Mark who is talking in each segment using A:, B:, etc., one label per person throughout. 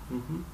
A: Мгм.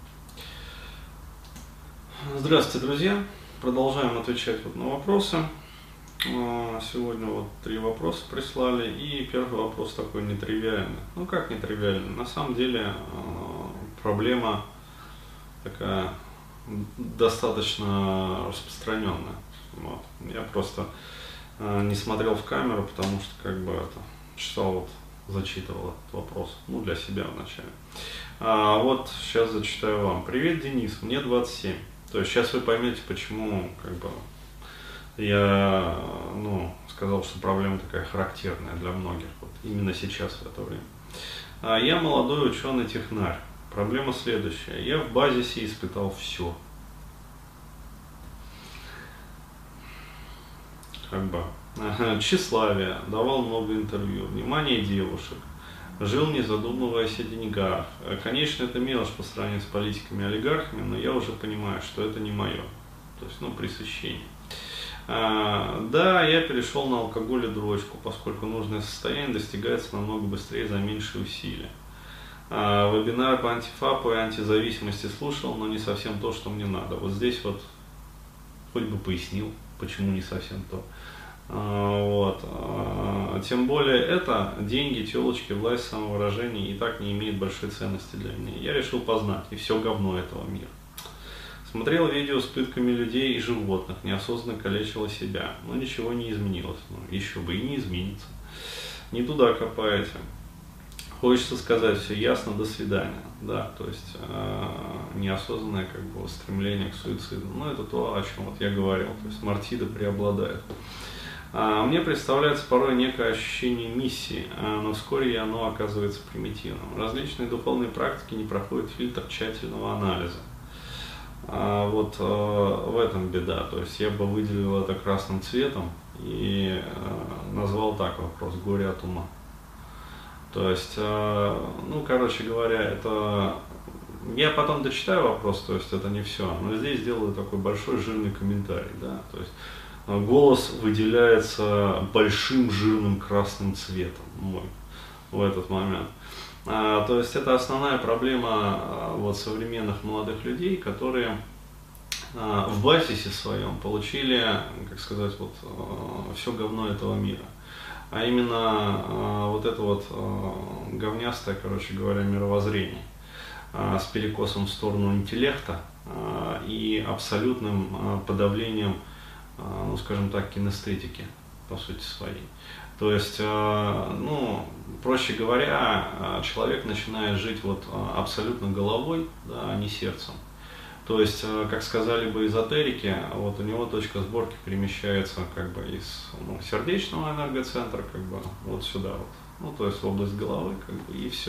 A: Здравствуйте, друзья! Продолжаем отвечать на вопросы. Сегодня 3 вопроса прислали, и первый вопрос такой нетривиальный. Ну как нетривиальный? На самом деле проблема такая достаточно распространенная. Я просто не смотрел в камеру, потому что читал, зачитывал этот вопрос, для себя вначале. Сейчас зачитаю вам. Привет, Денис, мне 27. То есть сейчас вы поймете, почему я сказал, что проблема такая характерная для многих, именно сейчас, в это время. Я молодой ученый-технарь. Проблема следующая. Я в базисе испытал все. Тщеславие, давал много интервью, внимание девушек, жил не задумываясь о деньгах. Конечно, это мелочь по сравнению с политиками и олигархами, но я уже понимаю, что это не мое. То есть, пресыщение. Да, я перешел на алкоголь и дрочку, поскольку нужное состояние достигается намного быстрее за меньшие усилия. Вебинар по антифапу и антизависимости слушал, но не совсем то, что мне надо. Здесь хоть бы пояснил, почему не совсем то. Тем более это деньги, телочки, власть, самовыражение и так не имеет большой ценности для меня. Я решил познать и все говно этого мира. Смотрел видео с пытками людей и животных, неосознанно калечила себя, но ничего не изменилось. Еще бы и не изменится. Не туда копаете. Хочется сказать все ясно, до свидания. Да, то есть неосознанное стремление к суициду. Это то, о чем я говорил. То есть мартида преобладает. Мне представляется порой некое ощущение миссии, но вскоре оно оказывается примитивным. Различные духовные практики не проходят фильтр тщательного анализа. В этом беда. То есть я бы выделил это красным цветом и назвал так вопрос: горе от ума. То есть, короче говоря, это... Я потом дочитаю вопрос, то есть это не все, но здесь сделаю такой большой жирный комментарий, да, то есть голос выделяется большим жирным красным цветом мой в этот момент. То есть это основная проблема современных молодых людей, которые в базисе своем получили, все говно этого мира. А именно говнястое, мировоззрение с перекосом в сторону интеллекта и абсолютным подавлением, кинестетики, по сути своей. То есть, проще говоря, человек начинает жить абсолютно головой, да, а не сердцем. То есть, как сказали бы эзотерики, у него точка сборки перемещается из сердечного энергоцентра сюда то есть в область головы и все.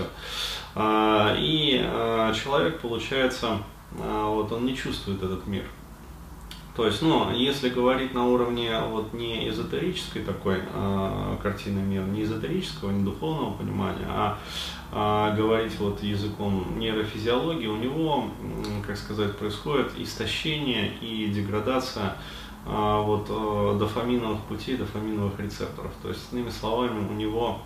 A: И человек, получается, он не чувствует этот мир. То есть, если говорить на уровне не эзотерической такой картины мира, не эзотерического, не духовного понимания, а говорить языком нейрофизиологии, у него, происходит истощение и деградация дофаминовых путей, дофаминовых рецепторов. То есть, иными словами, у него,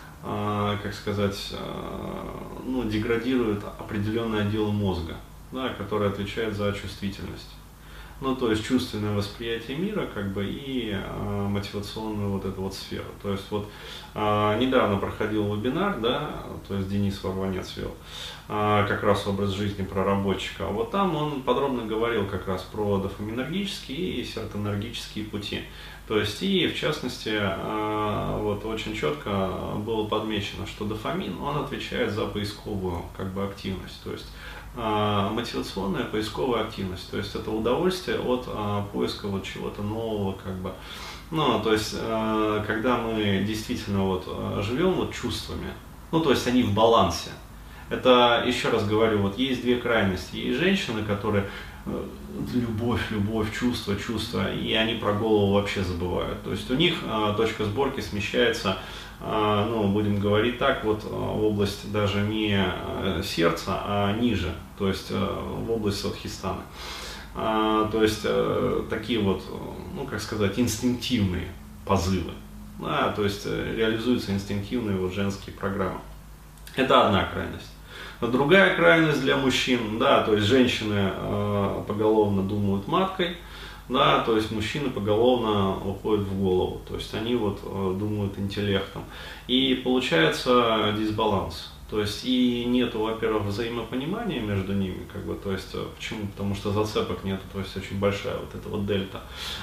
A: деградирует определенное отдел мозга, да, который отвечает за чувствительность. То есть чувственное восприятие мира, и мотивационную сферу. То есть недавно проходил вебинар, да, то есть Денис Варванец вел, как раз образ жизни проработчика. Там он подробно говорил как раз про дофаминергические и серотонергические пути. То есть и в частности, очень четко было подмечено, что дофамин, он отвечает за поисковую активность. То есть мотивационная поисковая активность, то есть это удовольствие от поиска чего-то нового, то есть когда мы действительно живем чувствами, то есть они в балансе. Это, еще раз говорю, есть две крайности. Есть женщины, которые любовь, чувства, и они про голову вообще забывают. То есть у них точка сборки смещается, будем говорить так, в область даже не сердца, а ниже, то есть в область садхистаны. То есть такие инстинктивные позывы, да, то есть реализуются инстинктивные женские программы. Это одна крайность. Другая крайность для мужчин, да, то есть женщины поголовно думают маткой, да, то есть мужчины поголовно уходят в голову, то есть они вот думают интеллектом. И получается дисбаланс. То есть и нету, во-первых, взаимопонимания между ними, как бы, то есть почему? Потому что зацепок нету, то есть очень большая вот эта вот дельта.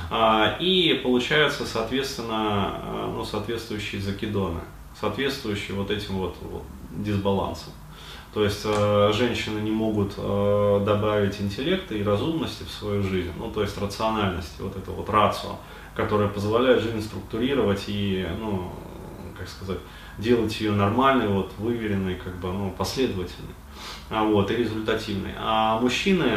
A: И получается, соответственно, ну, соответствующие закидоны, соответствующие вот этим вот дисбалансам. То есть женщины не могут добавить интеллекта и разумности в свою жизнь, ну то есть рациональности, вот это вот рацио, которое позволяет жизнь структурировать и, ну, как сказать, делать ее нормальной, вот, выверенной, как бы, ну, последовательной, вот, и результативной. А мужчины,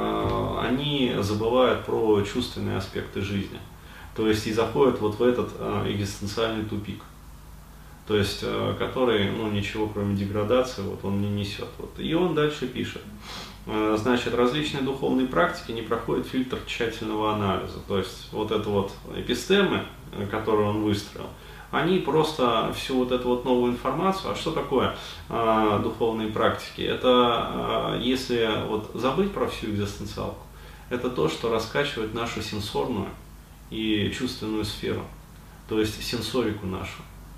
A: они забывают про чувственные аспекты жизни, то есть и заходят вот в этот экзистенциальный тупик. То есть, который, ну, ничего кроме деградации, вот, он не несет. Вот. И он дальше пишет. Значит, различные духовные практики не проходят фильтр тщательного анализа. То есть, вот это вот эпистемы, которые он выстроил, они просто всю вот эту вот новую информацию, а что такое духовные практики? Это, если вот забыть про всю экзистенциалку, это то, что раскачивает нашу сенсорную и чувственную сферу, то есть сенсорику нашу.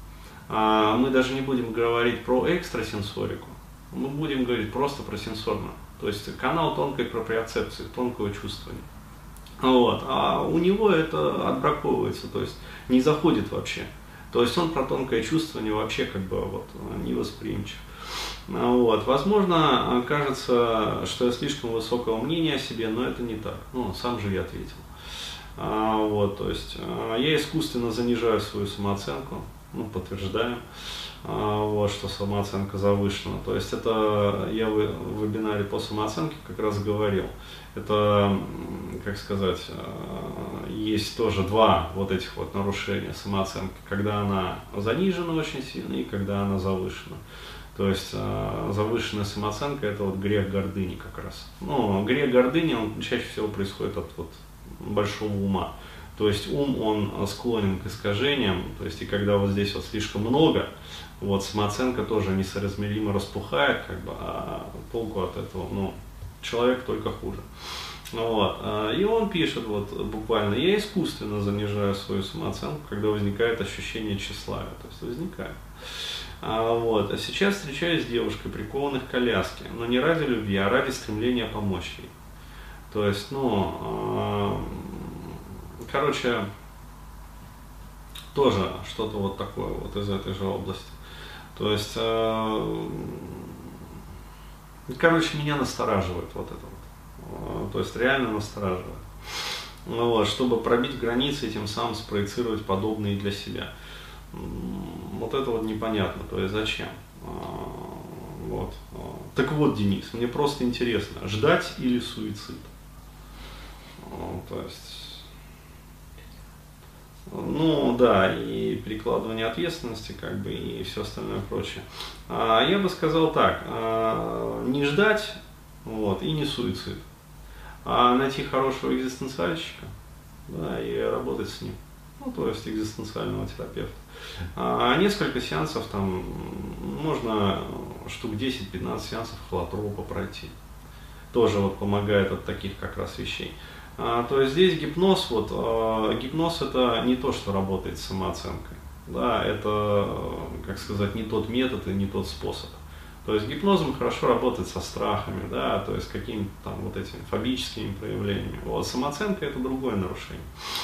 A: Мы даже не будем говорить про экстрасенсорику, мы будем говорить просто про сенсорную, то есть канал тонкой проприоцепции, тонкого чувствования. Вот. А у него это отбраковывается, то есть не заходит вообще. То есть он про тонкое чувствование вообще как бы вот не восприимчив. Вот. Возможно, кажется, что я слишком высокого мнения о себе, но это не так. Ну, сам же я ответил. Вот, то есть я искусственно занижаю свою самооценку. Ну, подтверждаем, вот, что самооценка завышена. То есть это я в вебинаре по самооценке как раз говорил. Это, как сказать, есть тоже два вот этих вот нарушения самооценки, когда она занижена очень сильно и когда она завышена. То есть завышенная самооценка — это вот грех гордыни как раз. Ну, грех гордыни, он чаще всего происходит от вот большого ума. То есть ум, он склонен к искажениям, то есть и когда вот здесь вот слишком много, вот самооценка тоже несоразмеримо распухает, как бы, а толку от этого, ну, человек только хуже. Вот. И он пишет вот буквально: я искусственно занижаю свою самооценку, когда возникает ощущение тщеславия, то есть возникает. Вот. А сейчас встречаюсь с девушкой, прикованной к коляске, но не ради любви, а ради стремления помочь ей. То есть, ну, короче, тоже что-то вот такое вот из этой же области. То есть, короче, меня настораживает вот это вот. То есть реально настораживает. Вот, чтобы пробить границы и тем самым спроецировать подобные для себя. Вот это вот непонятно, то есть зачем. Вот. Так вот, Денис, мне просто интересно, ждать или суицид? То есть, ну да, и перекладывание ответственности, как бы, и все остальное прочее. Я бы сказал так: не ждать, вот, и не суицид, а найти хорошего экзистенциальщика, да, и работать с ним. Ну, то есть экзистенциального терапевта. Несколько сеансов, там, можно штук 10-15 сеансов холотропа пройти. Тоже вот помогает от таких как раз вещей. То есть здесь гипноз, вот, гипноз — это не то, что работает с самооценкой. Да, это, как сказать, не тот метод и не тот способ. То есть гипнозом хорошо работать со страхами, да, то есть какими-то там вот этими фобическими проявлениями. Вот, самооценка — это другое нарушение.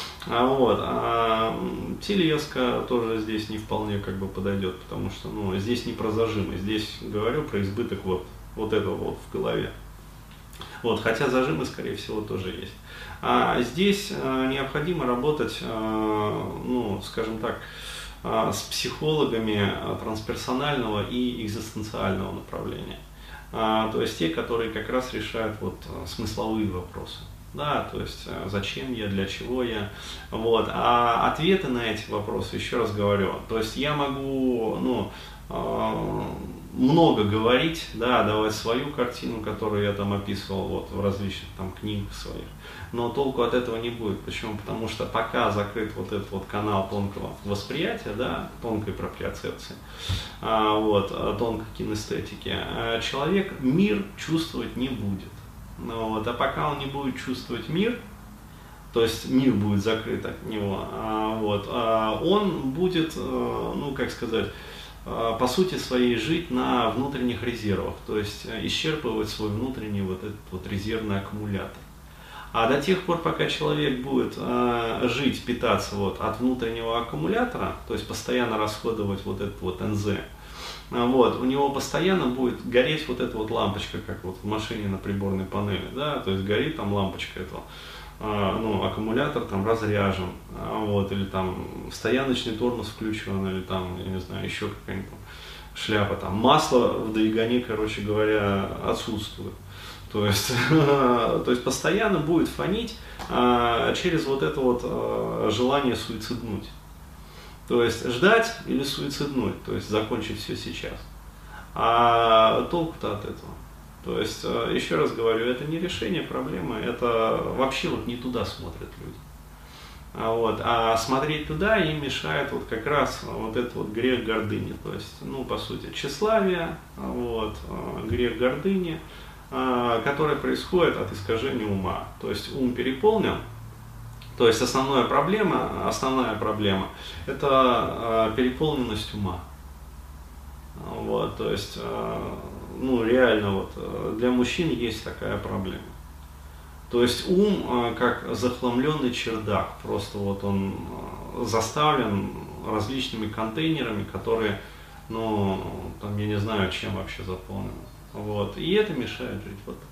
A: Телеска тоже здесь не вполне как бы подойдет, потому что, ну, здесь не про зажимы, здесь говорю про избыток вот этого вот в голове. Вот, хотя зажимы, скорее всего, тоже есть. А здесь необходимо работать, ну, скажем так, с психологами трансперсонального и экзистенциального направления. То есть те, которые как раз решают вот смысловые вопросы. Да, то есть зачем я, для чего я. Вот. А ответы на эти вопросы, еще раз говорю, то есть я могу, ну, много говорить, да, давать свою картину, которую я там описывал вот, в различных там книгах своих. Но толку от этого не будет. Почему? Потому что пока закрыт вот этот вот канал тонкого восприятия, да, тонкой проприоцепции, тонкой кинестетики, человек мир чувствовать не будет. Вот, а пока он не будет чувствовать мир, то есть мир будет закрыт от него, он будет, по сути своей жить на внутренних резервах, то есть исчерпывать свой внутренний вот этот вот резервный аккумулятор. А до тех пор, пока человек будет жить, питаться вот от внутреннего аккумулятора, то есть постоянно расходовать вот этот вот НЗ, у него постоянно будет гореть вот эта вот лампочка, как вот в машине на приборной панели, да, то есть горит там лампочка этого. Аккумулятор там разряжен, или там стояночный тормоз включен, или там, я не знаю, еще какая-нибудь шляпа, там масло в двигателе, короче говоря, отсутствует. То есть постоянно будет фонить через вот это вот желание суициднуть. То есть ждать или суициднуть, то есть закончить все сейчас. А толку-то от этого? То есть, еще раз говорю, это не решение проблемы, это вообще вот не туда смотрят люди. А смотреть туда им мешает вот как раз вот этот вот грех гордыни, то есть, по сути, тщеславие, грех гордыни, который происходит от искажения ума. То есть ум переполнен, то есть основная проблема это переполненность ума. То есть, реально для мужчин есть такая проблема. То есть ум как захламленный чердак, просто он заставлен различными контейнерами, которые, я не знаю, чем вообще заполнены. И это мешает жить.